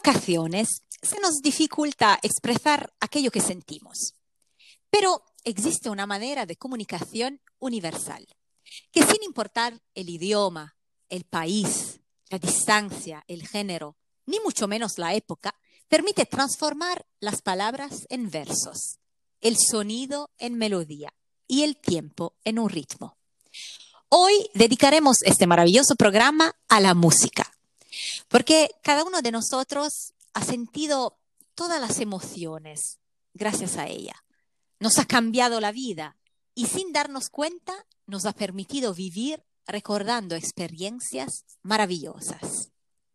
ocasiones se nos dificulta expresar aquello que sentimos, pero existe una manera de comunicación universal, que sin importar el idioma, el país, la distancia, el género, ni mucho menos la época, permite transformar las palabras en versos, el sonido en melodía y el tiempo en un ritmo. Hoy dedicaremos este maravilloso programa a la música, porque cada uno de nosotros ha sentido todas las emociones gracias a ella. Nos ha cambiado la vida y sin darnos cuenta nos ha permitido vivir recordando experiencias maravillosas.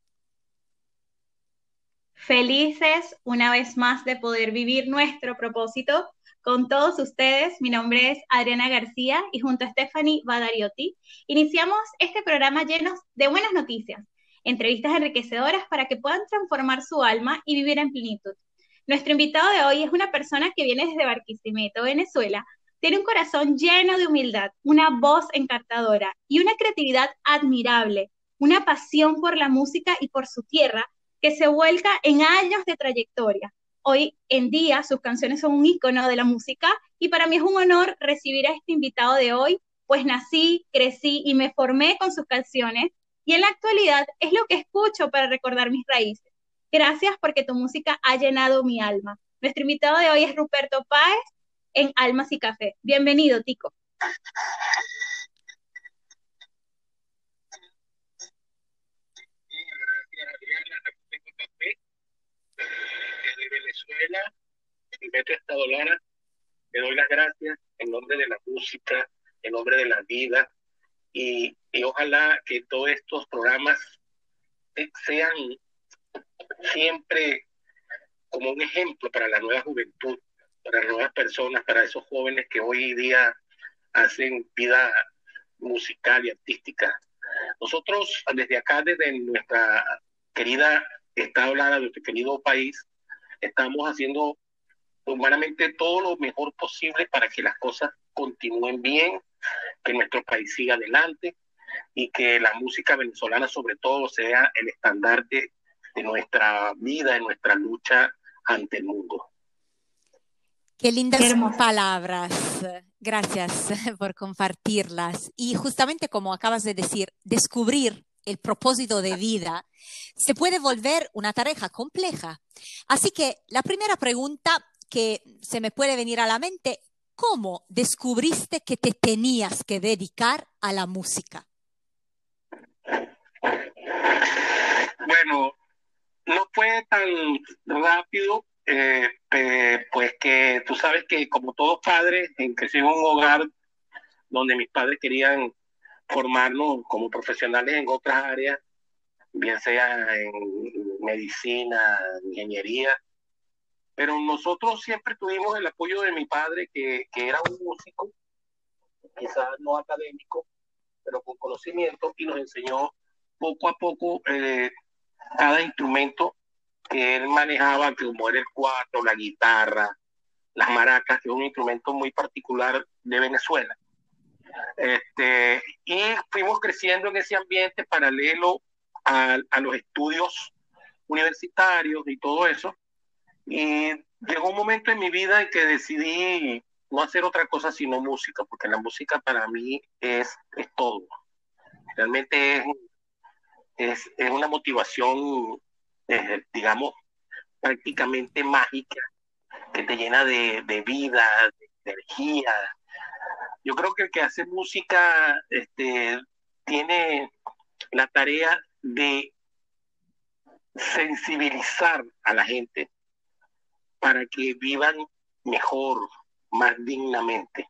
Felices una vez más de poder vivir nuestro propósito con todos ustedes. Mi nombre es Adriana García y junto a Stephanie Badariotti iniciamos este programa lleno de buenas noticias, entrevistas enriquecedoras para que puedan transformar su alma y vivir en plenitud. Nuestro invitado de hoy es una persona que viene desde Barquisimeto, Venezuela. Tiene un corazón lleno de humildad, una voz encantadora y una creatividad admirable, una pasión por la música y por su tierra que se vuelca en años de trayectoria. Hoy en día sus canciones son un ícono de la música y para mí es un honor recibir a este invitado de hoy, pues nací, crecí y me formé con sus canciones y en la actualidad es lo que escucho para recordar mis raíces. Gracias porque tu música ha llenado mi alma. Nuestro invitado de hoy es Ruperto Páez en Almas y Café. Bienvenido, Tico. Gracias, Adriana. Aquí tengo café desde Venezuela, el Metro Estado Lara. Le doy las gracias en nombre de la música, en nombre de la vida y ojalá que todos estos programas sean siempre como un ejemplo para la nueva juventud, para las nuevas personas, para esos jóvenes que hoy día hacen vida musical y artística. Nosotros desde acá, desde nuestra querida Estado Lara, de nuestro querido país, estamos haciendo humanamente todo lo mejor posible para que las cosas continúen bien, que nuestro país siga adelante y que la música venezolana sobre todo sea el estandarte de nuestra vida, de nuestra lucha ante el mundo. Qué lindas palabras. Gracias por compartirlas. Y justamente como acabas de decir, descubrir el propósito de vida se puede volver una tarea compleja. Así que la primera pregunta que se me puede venir a la mente, ¿cómo descubriste que te tenías que dedicar a la música? Bueno, no fue tan rápido, pues que tú sabes que como todos padres, crecí en un hogar donde mis padres querían formarnos como profesionales en otras áreas, bien sea en medicina, ingeniería, pero nosotros siempre tuvimos el apoyo de mi padre, que era un músico, quizás no académico, pero con conocimiento, y nos enseñó poco a poco cada instrumento que él manejaba, como era el cuatro, la guitarra, las maracas, que es un instrumento muy particular de Venezuela. Y fuimos creciendo en ese ambiente paralelo a los estudios universitarios y todo eso. Y llegó un momento en mi vida en que decidí no hacer otra cosa sino música, porque la música para mí es todo. Realmente es una motivación, digamos, prácticamente mágica, que te llena de vida, de energía. Yo creo que el que hace música tiene la tarea de sensibilizar a la gente para que vivan mejor, más dignamente.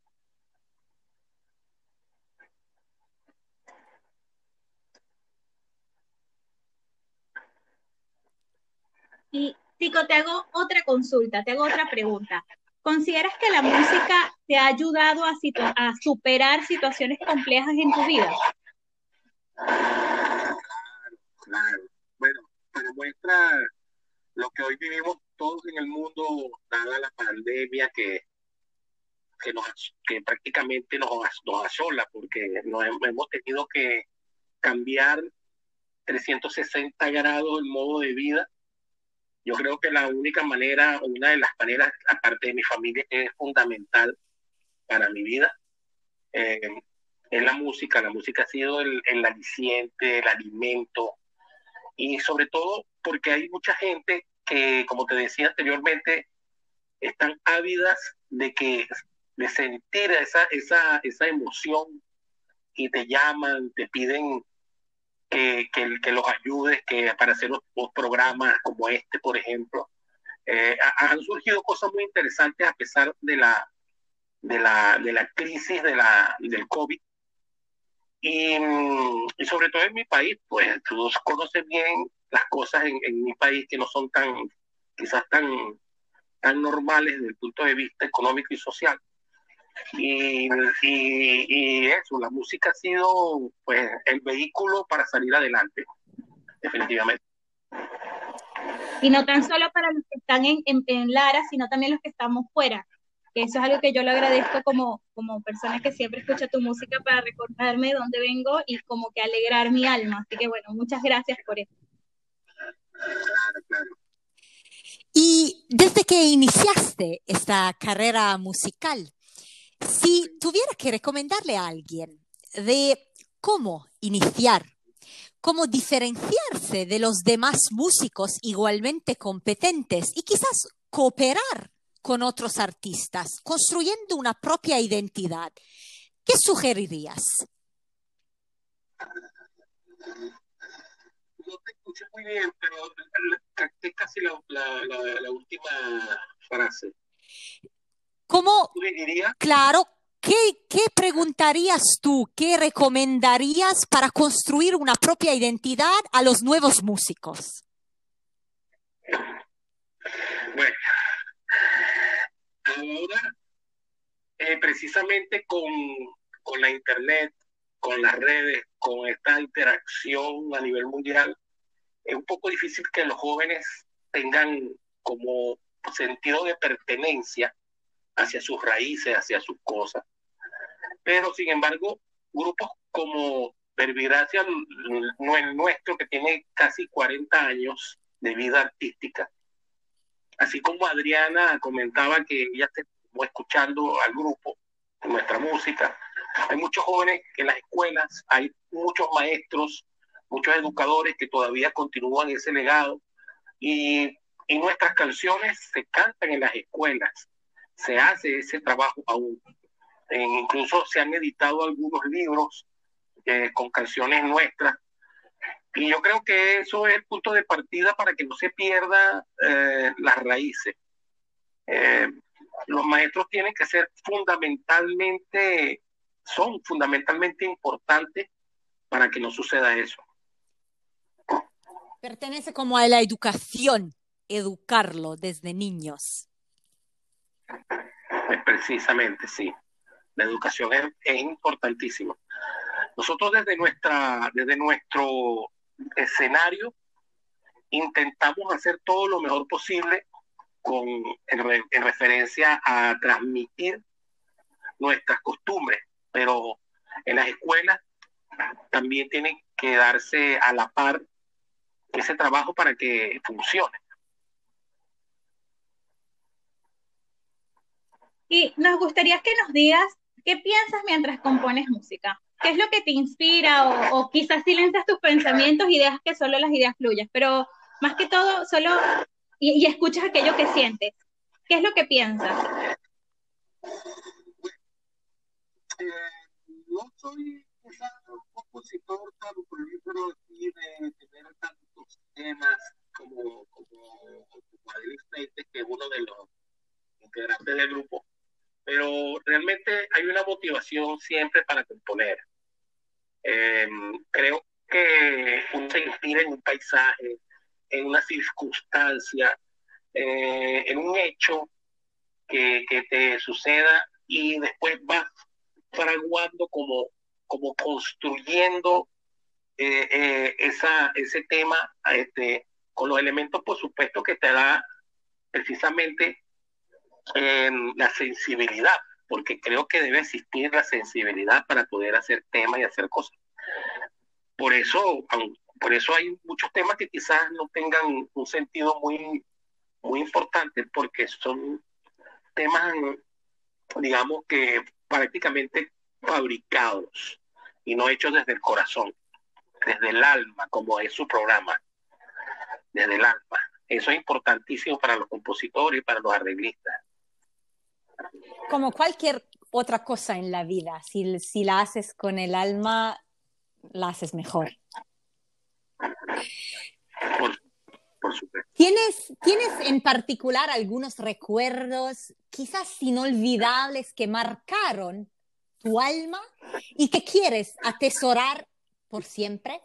Y Tico, te hago otra consulta, te hago otra pregunta. ¿Consideras que la música te ha ayudado a superar situaciones complejas en tu vida? Claro. Bueno, para muestra lo que hoy vivimos todos en el mundo, dada la pandemia que prácticamente nos asola, porque hemos tenido que cambiar 360 grados el modo de vida Yo creo que la única manera, o una de las maneras, aparte de mi familia, que es fundamental para mi vida, eh, es la música. La música ha sido el aliciente, el alimento, y sobre todo porque hay mucha gente que, como te decía anteriormente, están ávidas de sentir esa emoción, y te llaman, te piden que los ayudes, para hacer los programas como este, por ejemplo. Han surgido cosas muy interesantes a pesar de la crisis del COVID. Y sobre todo en mi país, pues tú conoces bien las cosas en mi país, que no son quizás tan normales desde el punto de vista económico y social. Y eso, la música ha sido pues el vehículo para salir adelante, definitivamente. Y no tan solo para los que están en Lara, sino también los que estamos fuera. Que eso es algo que yo lo agradezco como persona que siempre escucha tu música para recordarme de dónde vengo y como que alegrar mi alma. Así que bueno, muchas gracias por eso. Claro, claro. Y desde que iniciaste esta carrera musical, si tuviera que recomendarle a alguien de cómo iniciar, cómo diferenciarse de los demás músicos igualmente competentes y quizás cooperar con otros artistas, construyendo una propia identidad, ¿qué sugerirías? No te escuché muy bien, pero capté casi la última frase. ¿Cómo? ¿Tú dirías? Claro. ¿Qué preguntarías tú? ¿Qué recomendarías para construir una propia identidad a los nuevos músicos? Bueno, ahora precisamente con la internet, con las redes, con esta interacción a nivel mundial, es un poco difícil que los jóvenes tengan como sentido de pertenencia hacia sus raíces, hacia sus cosas. Pero, sin embargo, grupos como Verbigracia, el nuestro, que tiene casi 40 años de vida artística, así como Adriana comentaba que ella estuvo escuchando al grupo, nuestra música, hay muchos jóvenes en las escuelas, hay muchos maestros, muchos educadores que todavía continúan ese legado, y nuestras canciones se cantan en las escuelas, se hace ese trabajo aún. Incluso se han editado algunos libros con canciones nuestras, y yo creo que eso es el punto de partida para que no se pierda las raíces. Los maestros tienen que ser son fundamentalmente importantes para que no suceda eso. Pertenece como a la educación, educarlo desde niños. Precisamente, sí. La educación es importantísima. Nosotros desde nuestro escenario intentamos hacer todo lo mejor posible en referencia a transmitir nuestras costumbres, pero en las escuelas también tiene que darse a la par ese trabajo para que funcione. Y nos gustaría que nos digas qué piensas mientras compones música. ¿Qué es lo que te inspira o quizás silencias tus pensamientos y dejas que solo las ideas fluyan? Pero más que todo, solo y escuchas aquello que sientes. ¿Qué es lo que piensas? No soy un compositor tan prolífero así de tener tantos temas como Adriel Freites, que es uno de los integrantes del grupo, pero realmente hay una motivación siempre para componer. Creo que uno se inspira en un paisaje, en una circunstancia, en un hecho que te suceda, y después vas fraguando como construyendo ese tema con los elementos, por supuesto, que te da precisamente la sensibilidad, porque creo que debe existir la sensibilidad para poder hacer temas y hacer cosas. Por eso hay muchos temas que quizás no tengan un sentido muy muy importantes porque son temas, digamos que prácticamente fabricados y no hechos desde el corazón, desde el alma, como es su programa, desde el alma. Eso es importantísimo para los compositores y para los arreglistas. Como cualquier otra cosa en la vida, si la haces con el alma, la haces mejor. Por supuesto. ¿Tienes en particular algunos recuerdos quizás inolvidables que marcaron tu alma y que quieres atesorar por siempre?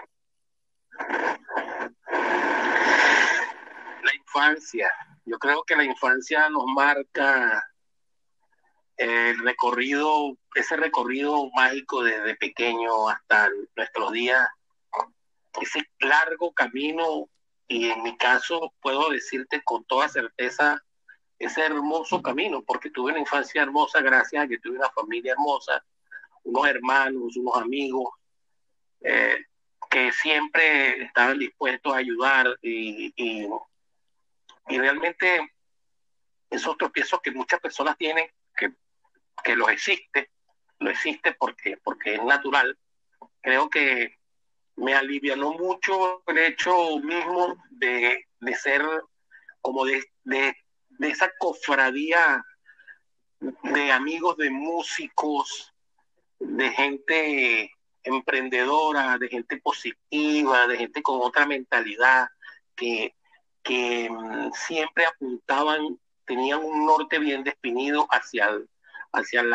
La infancia. Yo creo que la infancia nos marca el recorrido, ese recorrido mágico desde pequeño hasta nuestros días, ese largo camino, y en mi caso puedo decirte con toda certeza ese hermoso camino, porque tuve una infancia hermosa gracias a que tuve una familia hermosa, unos hermanos, unos amigos que siempre estaban dispuestos a ayudar y realmente esos tropiezos que muchas personas tienen, que lo existe porque es natural, creo que me alivianó mucho el hecho mismo de ser como de esa cofradía de amigos, de músicos, de gente emprendedora, de gente positiva, de gente con otra mentalidad, que siempre apuntaban, tenían un norte bien definido hacia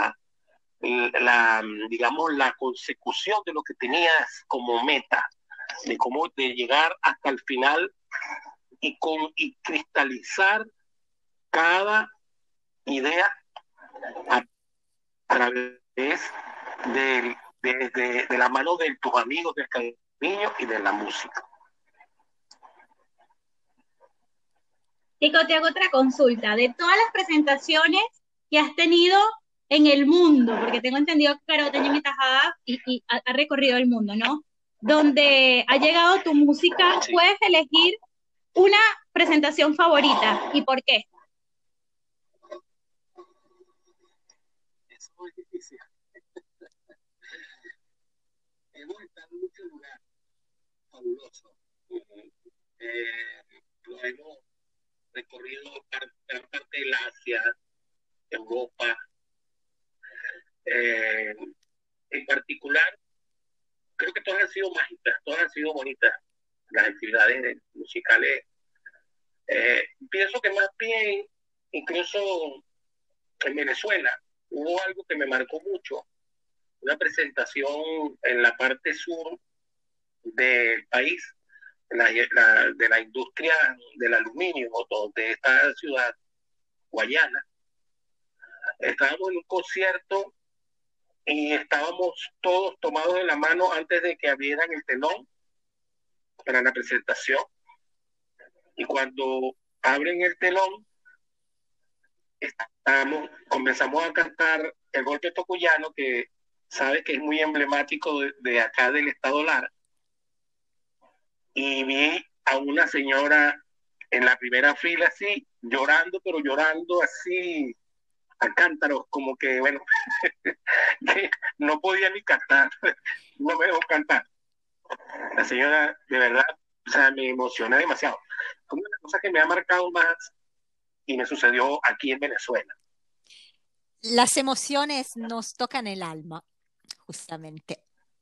digamos, la consecución de lo que tenías como meta, de llegar hasta el final y cristalizar cada idea a través de la mano de tus amigos, del cariño y de la música. Chico, te hago otra consulta. De todas las presentaciones que has tenido en el mundo, porque tengo entendido que Caraboteño y Tajada y ha recorrido el mundo, ¿no? Donde ha llegado tu música, sí. Puedes elegir una presentación favorita. ¿Y por qué? Eso es difícil. Hemos estado en muchos lugares fabulosos. Lo hemos recorrido gran parte del Asia, Europa. En particular, creo que todas han sido mágicas, todas han sido bonitas las actividades musicales. Pienso que más bien, incluso en Venezuela, hubo algo que me marcó mucho, una presentación en la parte sur del país, de la industria del aluminio, de esta ciudad, Guayana. Estábamos en un concierto y estábamos todos tomados de la mano antes de que abrieran el telón para la presentación. Y cuando abren el telón, comenzamos a cantar el golpe tocuyano, que sabe que es muy emblemático de acá del estado Lara. Y vi a una señora en la primera fila así, llorando, pero llorando así a cántaros, como que, bueno, que no podía ni cantar, no me dejó cantar. La señora, de verdad, o sea, me emocioné demasiado. Como una cosa que me ha marcado más y me sucedió aquí en Venezuela. Las emociones nos tocan el alma, justamente.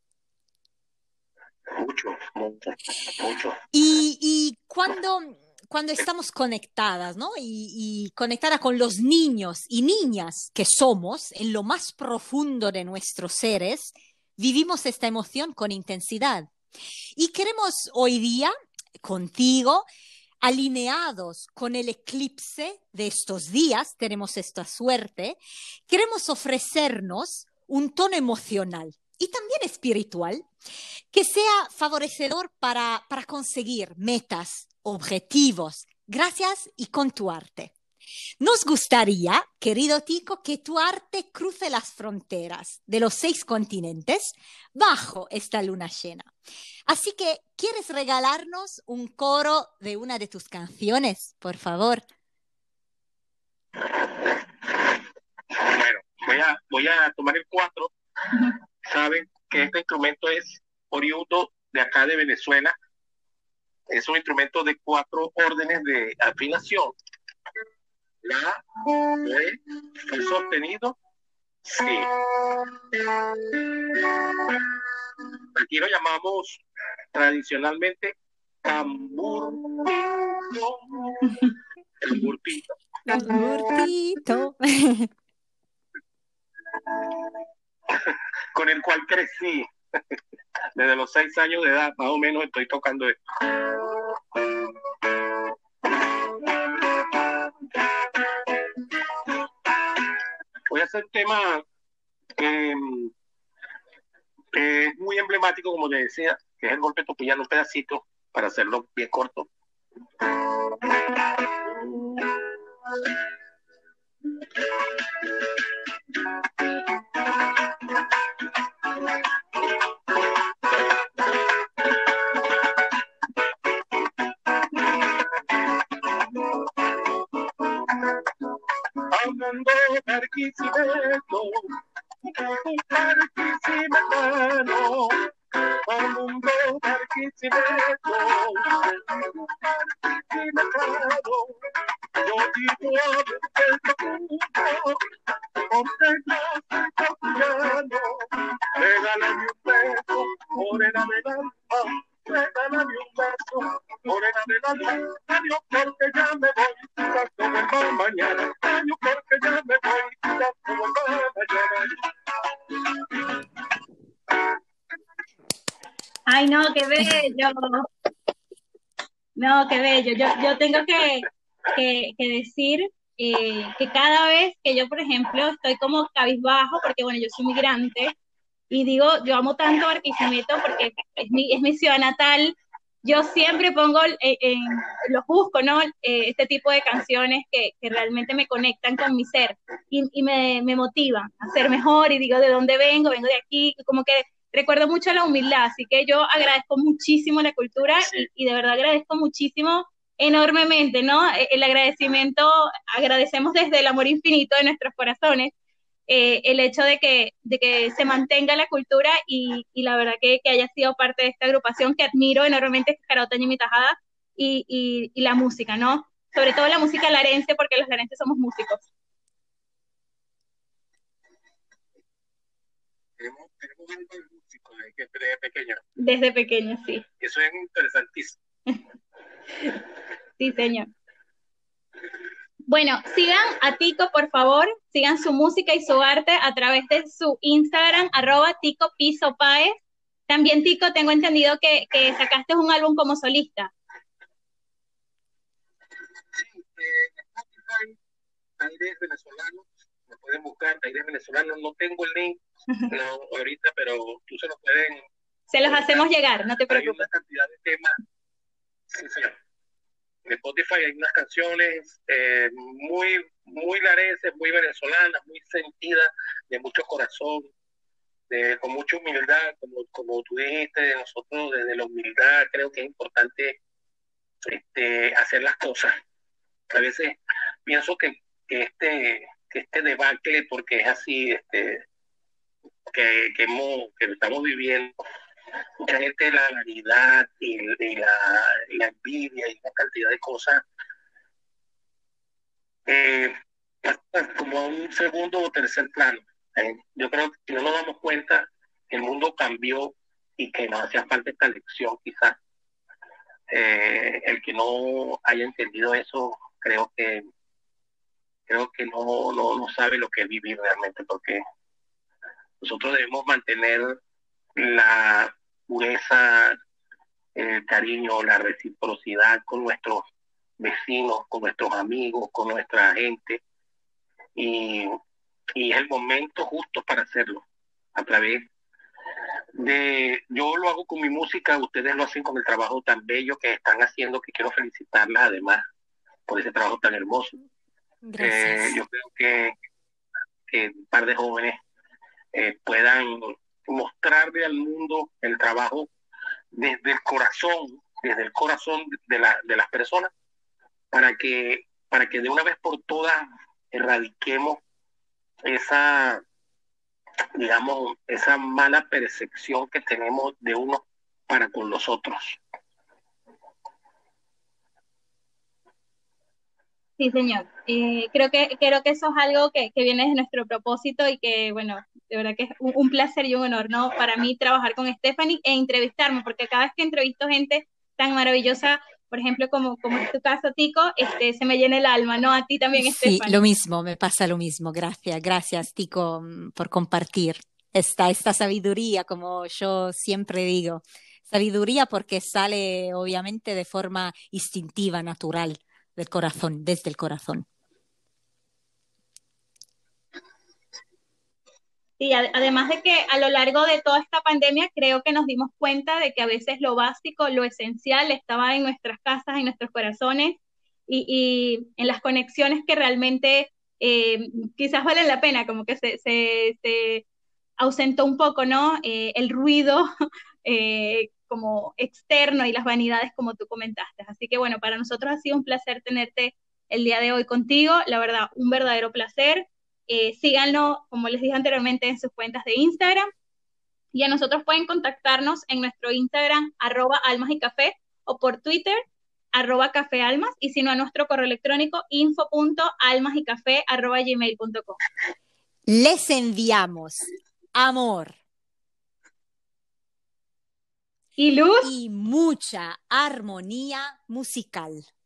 Mucho. Y cuando estamos conectadas, ¿no? Y conectadas con los niños y niñas que somos, en lo más profundo de nuestros seres, vivimos esta emoción con intensidad. Y queremos hoy día, contigo, alineados con el eclipse de estos días, tenemos esta suerte, queremos ofrecernos un tono emocional y también espiritual que sea favorecedor para conseguir metas, objetivos, gracias y con tu arte. Nos gustaría, querido Tico, que tu arte cruce las fronteras de los 6 continentes bajo esta luna llena. Así que, ¿quieres regalarnos un coro de una de tus canciones, por favor? Bueno, voy a tomar el 4. Saben que este instrumento es oriundo de acá de Venezuela. Es un instrumento de 4 órdenes de afinación. La, re, el sostenido, si. Aquí lo llamamos tradicionalmente tamburtito. Tamburtito. Tamburtito. Con el cual crecí. Desde los 6 años de edad, más o menos, estoy tocando esto. Voy a hacer un tema que es muy emblemático, como les decía, que es el golpe topillano, un pedacito, para hacerlo bien corto. Hablando de Barquisimeto, Barquisimetano, hablando de Barquisimeto, Barquisimetano, yo digo el mundo, contento topillano, regálame un beso, morena del alma, regálame un beso, morena del alma, año porque ya me voy, quizás no vuelva mañana, año porque ya me voy, quizás no vuelva mañana. Ay, no, qué bello. No, qué bello. Yo tengo que decir que cada vez que yo, por ejemplo, estoy como cabizbajo, porque bueno, yo soy migrante, y digo, yo amo tanto Barquisimeto porque es mi ciudad natal, yo siempre pongo, los busco, ¿no? Este tipo de canciones que realmente me conectan con mi ser y me motivan a ser mejor y digo, ¿de dónde vengo? Vengo de aquí, como que recuerdo mucho la humildad, así que yo agradezco muchísimo la cultura y de verdad agradezco muchísimo, enormemente, ¿no? El agradecimiento, agradecemos desde el amor infinito de nuestros corazones, el hecho de que se mantenga la cultura y la verdad que haya sido parte de esta agrupación que admiro enormemente, que es Caraotaña y Mitajada, y la música, ¿no? Sobre todo la música larense, porque los larenses somos músicos. Tenemos algo de músico desde pequeño. Desde pequeño, sí. Eso es interesantísimo. Sí, señor. Bueno, sigan a Tico, por favor, sigan su música y su arte a través de su Instagram, @TicoPisoPaez. También, Tico, tengo entendido que sacaste un álbum como solista. Sí, Spotify, Aires Venezolanos, me pueden buscar, Aires Venezolanos, no tengo el link no, ahorita, pero tú se lo pueden... Se los hacemos llegar, no te preocupes. Hay una cantidad de temas, sí, señor. En Spotify hay unas canciones muy, muy larenses, muy venezolanas, muy sentidas, de mucho corazón, con mucha humildad, como tú dijiste, nosotros desde la humildad creo que es importante hacer las cosas. A veces pienso que este debacle, porque es así, que estamos viviendo, mucha gente la vanidad y la envidia y una cantidad de cosas pasa como a un segundo o tercer plano. Yo creo que si no nos damos cuenta que el mundo cambió y que nos hacía falta esta lección quizás, el que no haya entendido eso creo que no sabe lo que es vivir realmente, porque nosotros debemos mantener la pureza, el cariño, la reciprocidad con nuestros vecinos, con nuestros amigos, con nuestra gente, y es el momento justo para hacerlo, a través yo lo hago con mi música, ustedes lo hacen con el trabajo tan bello que están haciendo, que quiero felicitarlas además por ese trabajo tan hermoso. Gracias. Yo creo que un par de jóvenes puedan mostrarle al mundo el trabajo desde el corazón de las personas, para que de una vez por todas erradiquemos esa, digamos, esa mala percepción que tenemos de unos para con los otros. Sí, señor. Creo que eso es algo que viene de nuestro propósito y que, bueno, de verdad que es un placer y un honor, ¿no? Para mí trabajar con Stephanie e entrevistarme, porque cada vez que entrevisto gente tan maravillosa, por ejemplo, como es tu caso, Tico, se me llena el alma, ¿no? A ti también, Sí, lo Stephanie. mismo, me pasa lo mismo. Gracias, gracias, Tico, por compartir esta sabiduría, como yo siempre digo. Sabiduría porque sale obviamente de forma instintiva, natural, del corazón, desde el corazón. Sí, además de que a lo largo de toda esta pandemia creo que nos dimos cuenta de que a veces lo básico, lo esencial estaba en nuestras casas, en nuestros corazones y en las conexiones que realmente quizás valen la pena, como que se ausentó un poco, ¿no? El ruido como externo y las vanidades como tú comentaste. Así que bueno, para nosotros ha sido un placer tenerte el día de hoy contigo, la verdad, un verdadero placer. Síganlo, como les dije anteriormente, en sus cuentas de Instagram. Y a nosotros pueden contactarnos en nuestro Instagram, @almas y café, o por Twitter, @cafealmas, y si no, a nuestro correo electrónico, info.almasycafé@gmail.com. Les enviamos amor Y Luz, y mucha armonía musical.